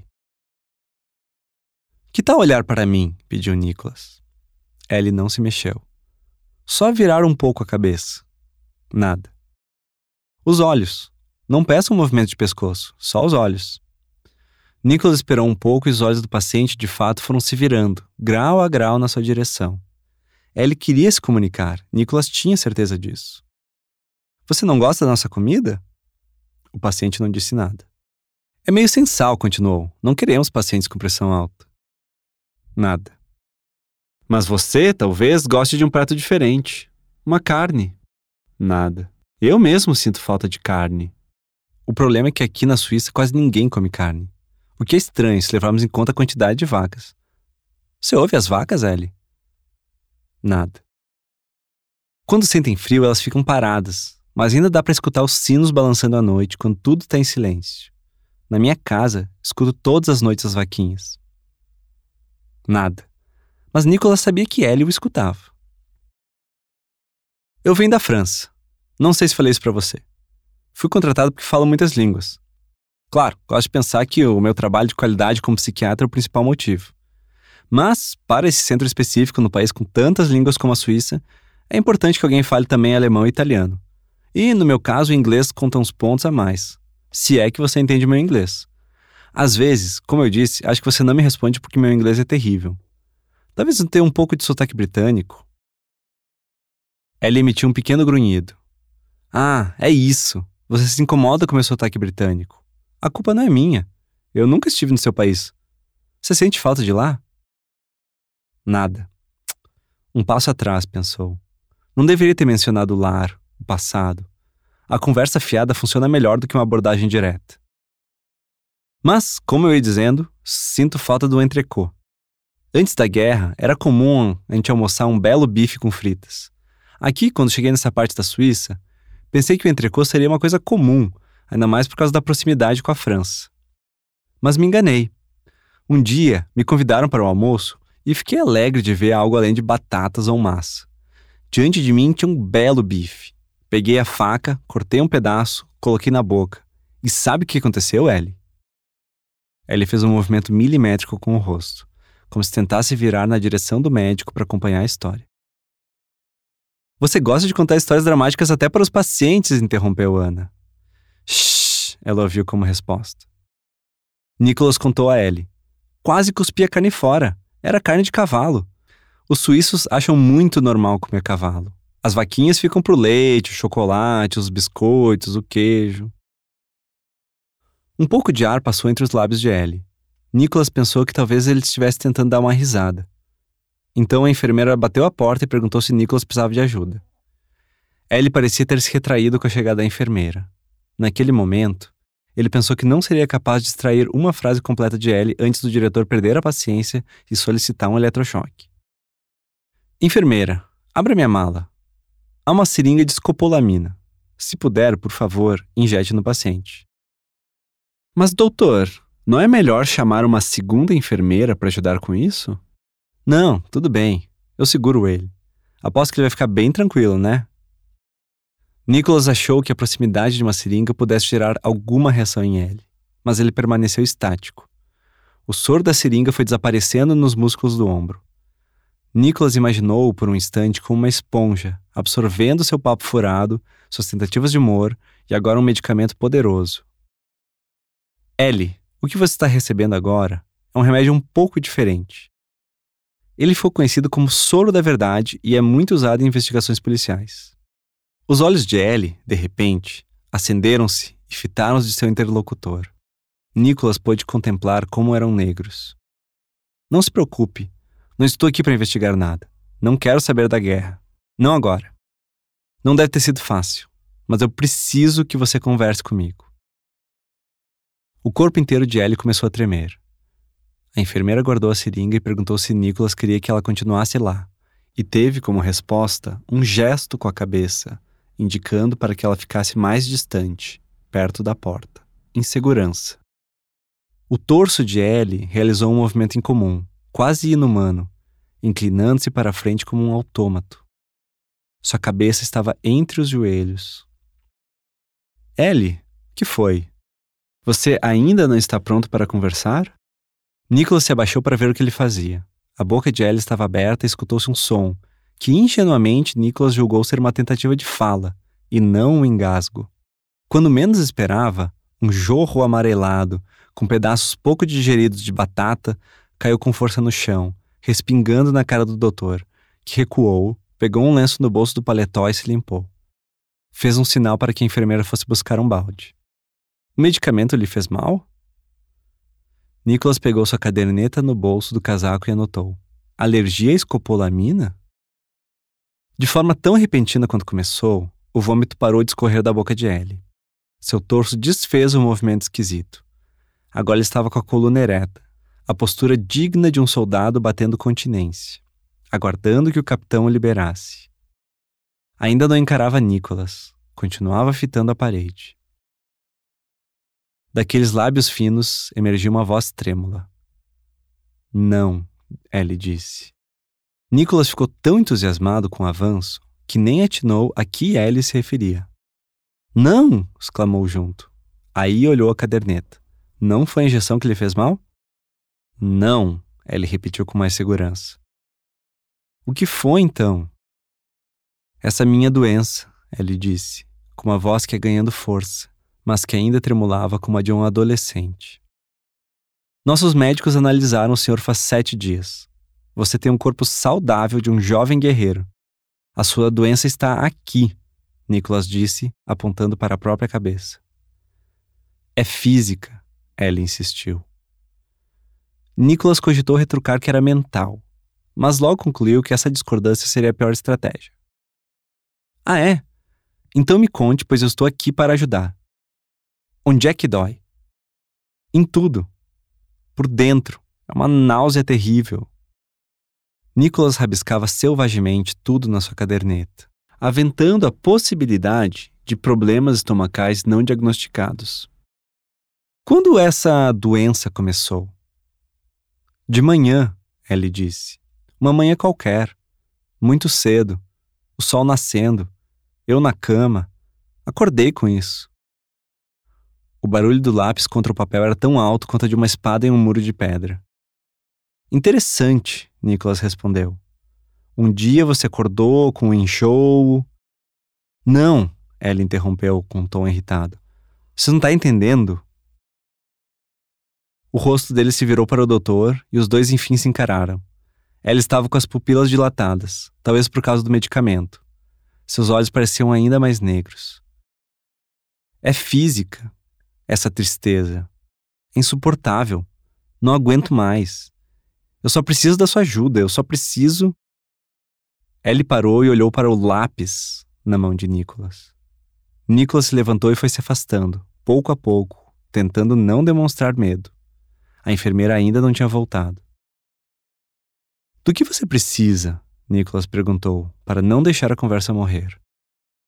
"Que tal olhar para mim?" pediu Nicholas. Ellie não se mexeu. Só virar um pouco a cabeça. Nada. "Os olhos. Não peça um movimento de pescoço, só os olhos." Nicholas esperou um pouco e os olhos do paciente de fato foram se virando, grau a grau na sua direção. Ellie queria se comunicar, Nicholas tinha certeza disso. "Você não gosta da nossa comida?" O paciente não disse nada. "É meio sem sal", continuou. "Não queremos pacientes com pressão alta." Nada. "Mas você, talvez, goste de um prato diferente. Uma carne." Nada. "Eu mesmo sinto falta de carne." O problema é que aqui na Suíça quase ninguém come carne. O que é estranho se levarmos em conta a quantidade de vacas. "Você ouve as vacas, Ellie?" Nada. Quando sentem frio, elas ficam paradas, mas ainda dá para escutar os sinos balançando à noite quando tudo está em silêncio. Na minha casa, escuto todas as noites as vaquinhas. Nada. Mas Nicholas sabia que Ellie o escutava. "Eu venho da França. Não sei se falei isso para você. Fui contratado porque falo muitas línguas. Claro, gosto de pensar que o meu trabalho de qualidade como psiquiatra é o principal motivo. Mas, para esse centro específico no país com tantas línguas como a Suíça, é importante que alguém fale também alemão e italiano. E, no meu caso, o inglês conta uns pontos a mais. Se é que você entende meu inglês. Às vezes, como eu disse, acho que você não me responde porque meu inglês é terrível. Talvez eu tenha um pouco de sotaque britânico." Ellie emitiu um pequeno grunhido. "Ah, é isso. Você se incomoda com meu sotaque britânico. A culpa não é minha. Eu nunca estive no seu país. Você sente falta de lá?" Nada. Um passo atrás, pensou. Não deveria ter mencionado o lar, o passado. A conversa fiada funciona melhor do que uma abordagem direta. "Mas, como eu ia dizendo, sinto falta do entrecô. Antes da guerra, era comum a gente almoçar um belo bife com fritas. Aqui, quando cheguei nessa parte da Suíça, pensei que o entrecô seria uma coisa comum, ainda mais por causa da proximidade com a França. Mas me enganei. Um dia, me convidaram para o almoço e fiquei alegre de ver algo além de batatas ou massa. Diante de mim tinha um belo bife. Peguei a faca, cortei um pedaço, coloquei na boca. E sabe o que aconteceu, Ellie?" Ellie fez um movimento milimétrico com o rosto, como se tentasse virar na direção do médico para acompanhar a história. "Você gosta de contar histórias dramáticas até para os pacientes", interrompeu Anna. "Shhh", ela ouviu como resposta. Nicholas contou a Ellie. "Quase cuspi a carne fora. Era carne de cavalo. Os suíços acham muito normal comer cavalo. As vaquinhas ficam pro leite, o chocolate, os biscoitos, o queijo." Um pouco de ar passou entre os lábios de Ellie. Nicholas pensou que talvez ele estivesse tentando dar uma risada. Então a enfermeira bateu a porta e perguntou se Nicholas precisava de ajuda. Ellie parecia ter se retraído com a chegada da enfermeira. Naquele momento, ele pensou que não seria capaz de extrair uma frase completa de Ellie antes do diretor perder a paciência e solicitar um eletrochoque. "Enfermeira, abra minha mala. Há uma seringa de escopolamina. Se puder, por favor, injete no paciente." "Mas, doutor, Não é melhor chamar uma segunda enfermeira para ajudar com isso? Não, tudo bem. Eu seguro ele. Aposto que ele vai ficar bem tranquilo, né? Nicholas achou que a proximidade de uma seringa pudesse gerar alguma reação em Ellie, mas ele permaneceu estático. O soro da seringa foi desaparecendo nos músculos do ombro. Nicholas imaginou-o por um instante como uma esponja, absorvendo seu papo furado, suas tentativas de humor e agora um medicamento poderoso. Ellie, o que você está recebendo agora é um remédio um pouco diferente. Ele foi conhecido como soro da verdade e é muito usado em investigações policiais. Os olhos de Ellie, de repente, acenderam-se e fitaram os de seu interlocutor. Nicholas pôde contemplar como eram negros. Não se preocupe, não estou aqui para investigar nada. Não quero saber da guerra. Não agora. Não deve ter sido fácil, mas eu preciso que você converse comigo. O corpo inteiro de Ellie começou a tremer. A enfermeira guardou a seringa e perguntou se Nicholas queria que ela continuasse lá, e teve como resposta um gesto com a cabeça, indicando para que ela ficasse mais distante, perto da porta, em segurança. O torso de Ellie realizou um movimento incomum, quase inumano, inclinando-se para a frente como um autômato. Sua cabeça estava entre os joelhos. Ellie, o que foi? Você ainda não está pronto para conversar? Nicholas se abaixou para ver o que ele fazia. A boca de Ellie estava aberta e escutou-se um som, que ingenuamente Nicholas julgou ser uma tentativa de fala, e não um engasgo. Quando menos esperava, um jorro amarelado, com pedaços pouco digeridos de batata, caiu com força no chão, respingando na cara do doutor, que recuou, pegou um lenço no bolso do paletó e se limpou. Fez um sinal para que a enfermeira fosse buscar um balde. O medicamento lhe fez mal? Nicholas pegou sua caderneta no bolso do casaco e anotou. Alergia à escopolamina? De forma tão repentina quanto começou, o vômito parou de escorrer da boca de Ellie. Seu torso desfez um movimento esquisito. Agora ele estava com a coluna ereta, a postura digna de um soldado batendo continência, aguardando que o capitão o liberasse. Ainda não encarava Nicholas, continuava fitando a parede. Daqueles lábios finos emergiu uma voz trêmula. Não, Ellie disse. Nicholas ficou tão entusiasmado com o avanço que nem atinou a que Ellie se referia. Não! Exclamou junto. Aí olhou a caderneta. Não foi a injeção que lhe fez mal? Não, Ellie repetiu com mais segurança. O que foi então? Essa minha doença, Ellie disse, com uma voz que ia ganhando força, mas que ainda tremulava como a de um adolescente. Nossos médicos analisaram o senhor faz sete dias. Você tem um corpo saudável de um jovem guerreiro. A sua doença está aqui, Nicholas disse, apontando para a própria cabeça. É física, Ellie insistiu. Nicholas cogitou retrucar que era mental, mas logo concluiu que essa discordância seria a pior estratégia. Ah, é? Então me conte, pois eu estou aqui para ajudar. Onde é que dói? Em tudo. Por dentro. É uma náusea terrível. Nicholas rabiscava selvagemente tudo na sua caderneta, aventando a possibilidade de problemas estomacais não diagnosticados. Quando essa doença começou? De manhã, Ellie disse. Uma manhã qualquer. Muito cedo. O sol nascendo. Eu na cama. Acordei com isso. O barulho do lápis contra o papel era tão alto quanto a de uma espada em um muro de pedra. Interessante, Nicholas respondeu. Um dia você acordou com um enjoo... Não, Ellie interrompeu com um tom irritado. Você não está entendendo? O rosto dele se virou para o doutor e os dois enfim se encararam. Ela estava com as pupilas dilatadas, talvez por causa do medicamento. Seus olhos pareciam ainda mais negros. É física, essa tristeza. É insuportável. Não aguento mais. Eu só preciso da sua ajuda, eu só preciso... Ellie parou e olhou para o lápis na mão de Nicholas. Nicholas se levantou e foi se afastando, pouco a pouco, tentando não demonstrar medo. A enfermeira ainda não tinha voltado. Do que você precisa? Nicholas perguntou, para não deixar a conversa morrer.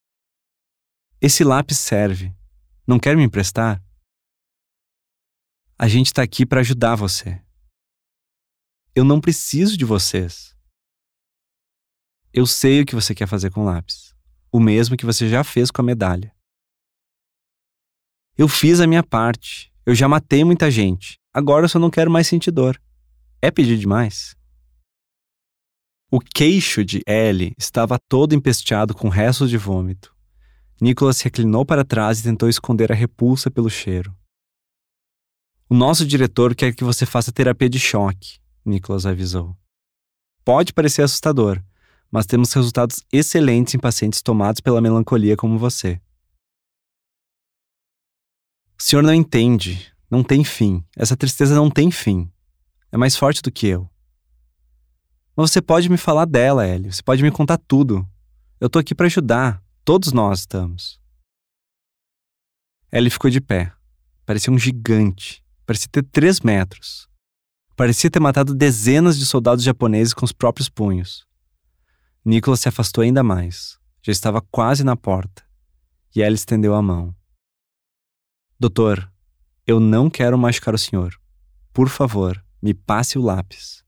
Esse lápis serve. Não quer me emprestar? A gente tá aqui para ajudar você. Eu não preciso de vocês. Eu sei o que você quer fazer com o lápis. O mesmo que você já fez com a medalha. Eu fiz a minha parte. Eu já matei muita gente. Agora eu só não quero mais sentir dor. É pedir demais? O queixo de Ellie estava todo empesteado com restos de vômito. Nicholas se reclinou para trás e tentou esconder a repulsa pelo cheiro. O nosso diretor quer que você faça terapia de choque, Nicholas avisou. Pode parecer assustador, mas temos resultados excelentes em pacientes tomados pela melancolia como você. O senhor não entende. Não tem fim. Essa tristeza não tem fim. É mais forte do que eu. Mas você pode me falar dela, Ellie. Você pode me contar tudo. Eu tô aqui para ajudar. Todos nós estamos. Ellie ficou de pé. Parecia um gigante. Parecia ter três metros. Parecia ter matado dezenas de soldados japoneses com os próprios punhos. Nicholas se afastou ainda mais. Já estava quase na porta. E Ellie estendeu a mão. Doutor, eu não quero machucar o senhor. Por favor, me passe o lápis.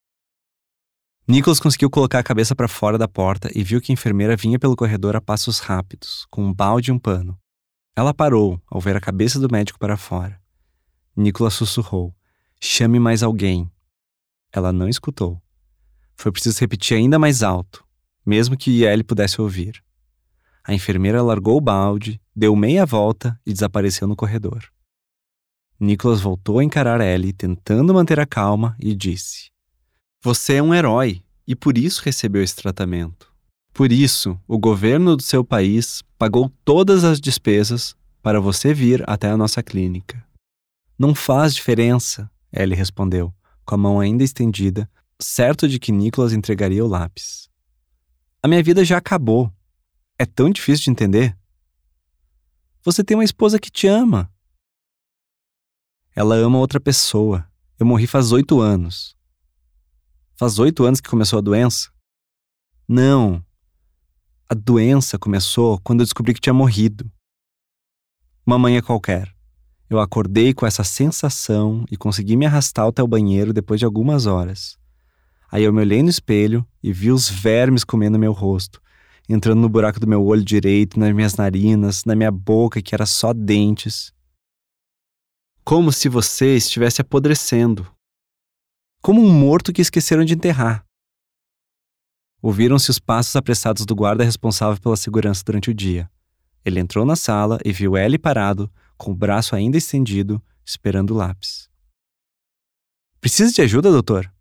Nicholas conseguiu colocar a cabeça para fora da porta e viu que a enfermeira vinha pelo corredor a passos rápidos, com um balde e um pano. Ela parou ao ver a cabeça do médico para fora. Nicholas sussurrou: chame mais alguém. Ela não escutou. Foi preciso repetir ainda mais alto, mesmo que Ellie pudesse ouvir. A enfermeira largou o balde, deu meia volta e desapareceu no corredor. Nicholas voltou a encarar Ellie, tentando manter a calma, e disse: você é um herói e por isso recebeu esse tratamento. Por isso, o governo do seu país pagou todas as despesas para você vir até a nossa clínica. Não faz diferença, Ellie respondeu, com a mão ainda estendida, certo de que Nicholas entregaria o lápis. A minha vida já acabou. É tão difícil de entender. Você tem uma esposa que te ama. Ela ama outra pessoa. Eu morri faz oito anos. Faz oito anos que começou a doença? Não. A doença começou quando eu descobri que tinha morrido. Uma manhã qualquer. Eu acordei com essa sensação e consegui me arrastar até o banheiro depois de algumas horas. Aí eu me olhei no espelho e vi os vermes comendo meu rosto, entrando no buraco do meu olho direito, nas minhas narinas, na minha boca que era só dentes. Como se você estivesse apodrecendo. Como um morto que esqueceram de enterrar. Ouviram-se os passos apressados do guarda responsável pela segurança durante o dia. Ele entrou na sala e viu Ellie parado, com o braço ainda estendido, esperando o lápis. Precisa de ajuda, doutor?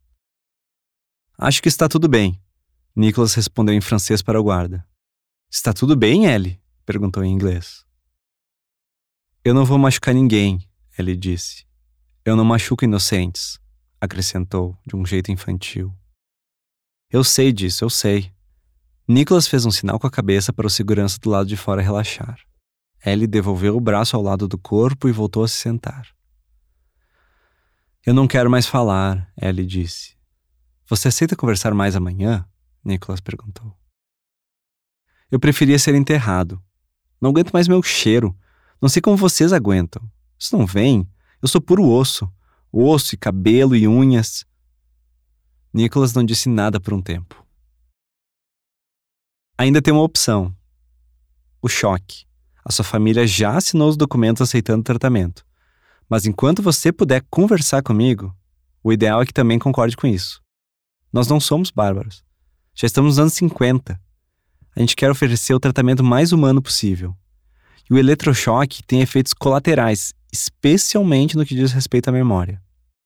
Acho que está tudo bem. Nicholas respondeu em francês para o guarda. Está tudo bem, Ellie? Perguntou em inglês. Eu não vou machucar ninguém, Ellie disse. Eu não machuco inocentes, acrescentou de um jeito infantil. Eu sei disso, eu sei. Nicholas fez um sinal com a cabeça para o segurança do lado de fora relaxar. Ellie devolveu o braço ao lado do corpo e voltou a se sentar. Eu não quero mais falar, Ellie disse. Você aceita conversar mais amanhã? Nicholas perguntou. Eu preferia ser enterrado. Não aguento mais meu cheiro. Não sei como vocês aguentam. Isso não vem. Eu sou puro osso. Osso e cabelo e unhas. Nicholas não disse nada por um tempo. Ainda tem uma opção. O choque. A sua família já assinou os documentos aceitando o tratamento. Mas enquanto você puder conversar comigo, o ideal é que também concorde com isso. Nós não somos bárbaros. Já estamos nos anos cinquenta. A gente quer oferecer o tratamento mais humano possível. E o eletrochoque tem efeitos colaterais, especialmente no que diz respeito à memória.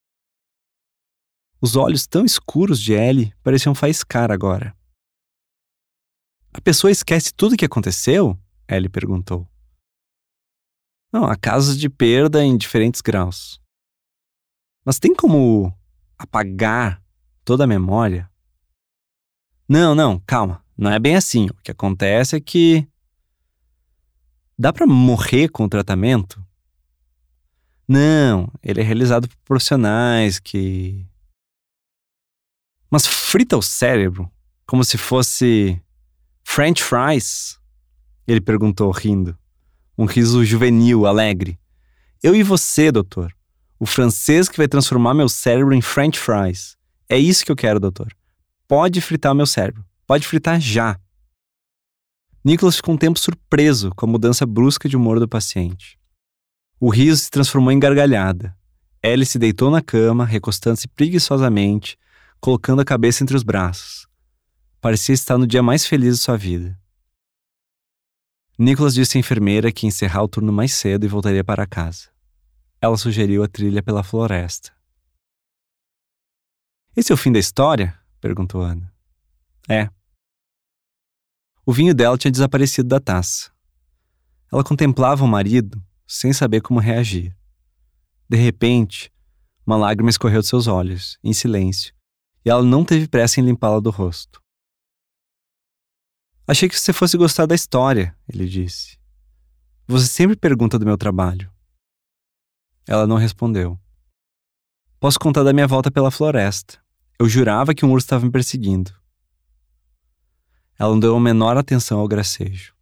Os olhos tão escuros de Ellie pareciam faiscar agora. A pessoa esquece tudo o que aconteceu? Ellie perguntou. Não, há casos de perda em diferentes graus. Mas tem como apagar toda a memória? Não, não, calma. Não é bem assim. O que acontece é que... Dá pra morrer com o tratamento? Não, ele é realizado por profissionais que... Mas frita o cérebro, como se fosse French fries? Ele perguntou, rindo. Um riso juvenil, alegre. Eu e você, doutor. O francês que vai transformar meu cérebro em French fries. É isso que eu quero, doutor. Pode fritar o meu cérebro. Pode fritar já. Nicholas ficou um tempo surpreso com a mudança brusca de humor do paciente. O riso se transformou em gargalhada. Ellie se deitou na cama, recostando-se preguiçosamente, colocando a cabeça entre os braços. Parecia estar no dia mais feliz de sua vida. Nicholas disse à enfermeira que ia encerrar o turno mais cedo e voltaria para casa. Ela sugeriu a trilha pela floresta. Esse é o fim da história? Perguntou Ana. É. O vinho dela tinha desaparecido da taça. Ela contemplava o marido sem saber como reagir. De repente, uma lágrima escorreu de seus olhos, em silêncio, e ela não teve pressa em limpá-la do rosto. Achei que você fosse gostar da história, ele disse. Você sempre pergunta do meu trabalho. Ela não respondeu. Posso contar da minha volta pela floresta. Eu jurava que um urso estava me perseguindo. Ela não deu a menor atenção ao gracejo.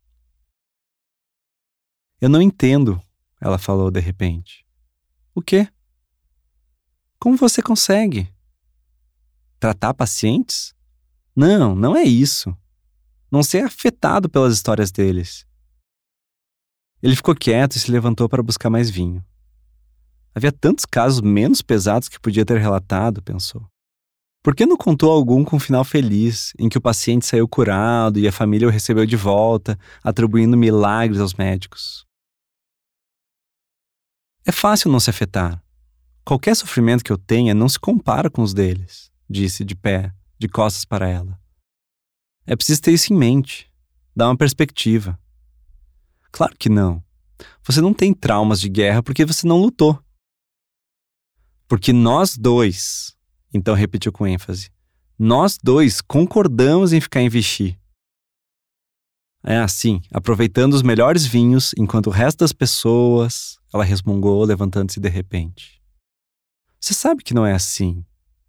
Eu não entendo, ela falou de repente. O quê? Como você consegue? Tratar pacientes? Não, não é isso. Não ser afetado pelas histórias deles. Ele ficou quieto e se levantou para buscar mais vinho. Havia tantos casos menos pesados que podia ter relatado, pensou. Por que não contou algum com um final feliz, em que o paciente saiu curado e a família o recebeu de volta, atribuindo milagres aos médicos? É fácil não se afetar. Qualquer sofrimento que eu tenha não se compara com os deles, disse de pé, de costas para ela. É preciso ter isso em mente, dar uma perspectiva. Claro que não. Você não tem traumas de guerra porque você não lutou. Porque nós dois, então repetiu com ênfase, nós dois concordamos em ficar em Vichy. É assim, aproveitando os melhores vinhos enquanto o resto das pessoas, ela resmungou, levantando-se de repente. Você sabe que não é assim.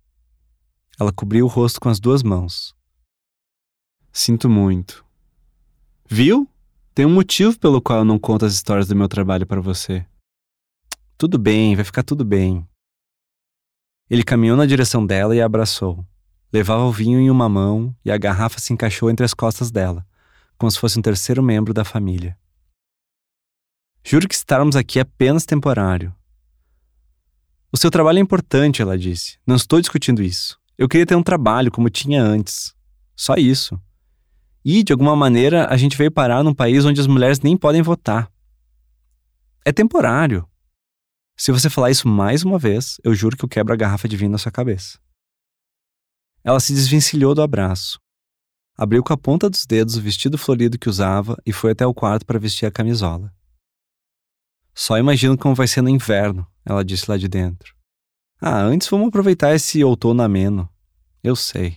Ela cobriu o rosto com as duas mãos. Sinto muito. Viu? Tem um motivo pelo qual eu não conto as histórias do meu trabalho para você. Tudo bem, vai ficar tudo bem. Ele caminhou na direção dela e a abraçou. Levava o vinho em uma mão e a garrafa se encaixou entre as costas dela, como se fosse um terceiro membro da família. Juro que estarmos aqui é apenas temporário. O seu trabalho é importante, ela disse. Não estou discutindo isso. Eu queria ter um trabalho como tinha antes. Só isso. E, de alguma maneira, a gente veio parar num país onde as mulheres nem podem votar. É temporário. Se você falar isso mais uma vez, eu juro que eu quebro a garrafa de vinho na sua cabeça. Ela se desvencilhou do abraço. Abriu com a ponta dos dedos o vestido florido que usava e foi até o quarto para vestir a camisola. Só imagino como vai ser no inverno, ela disse lá de dentro. Ah, antes vamos aproveitar esse outono ameno. Eu sei.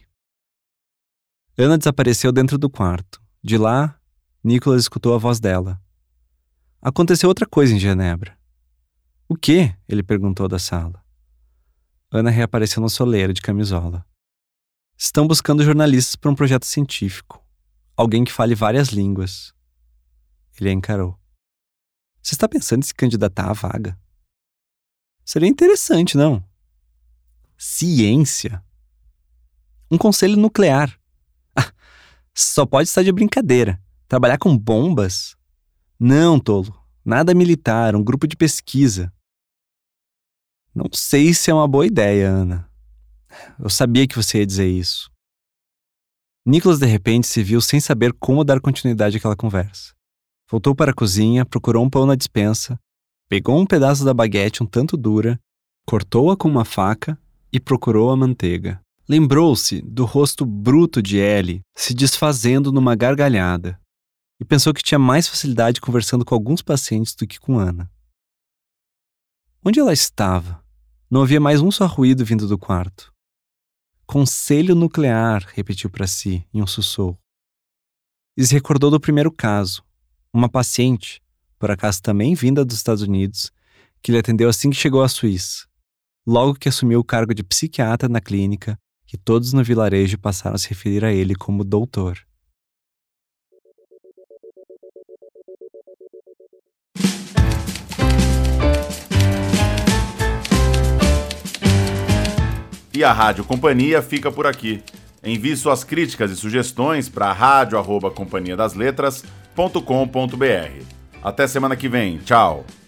Ana desapareceu dentro do quarto. De lá, Nicholas escutou a voz dela. Aconteceu outra coisa em Genebra. O quê? Ele perguntou da sala. Ana reapareceu na soleira de camisola. Estão buscando jornalistas para um projeto científico. Alguém que fale várias línguas. Ele a encarou. Você está pensando em se candidatar à vaga? Seria interessante, não? Ciência? Um conselho nuclear. Ah, só pode estar de brincadeira. Trabalhar com bombas? Não, tolo. Nada militar, um grupo de pesquisa. Não sei se é uma boa ideia, Ana. Eu sabia que você ia dizer isso. Nicholas de repente se viu sem saber como dar continuidade àquela conversa. Voltou para a cozinha, procurou um pão na despensa, pegou um pedaço da baguete um tanto dura, cortou-a com uma faca e procurou a manteiga. Lembrou-se do rosto bruto de Ellie se desfazendo numa gargalhada e pensou que tinha mais facilidade conversando com alguns pacientes do que com Ana. Onde ela estava? Não havia mais um só ruído vindo do quarto. Conselho nuclear, repetiu para si, em um sussurro. E se recordou do primeiro caso. Uma paciente, por acaso também vinda dos Estados Unidos, que lhe atendeu assim que chegou à Suíça, logo que assumiu o cargo de psiquiatra na clínica, que todos no vilarejo passaram a se referir a ele como doutor. E a Rádio Companhia fica por aqui. Envie suas críticas e sugestões para rádio arroba companhia das letras ponto com ponto br. Até semana que vem. Tchau!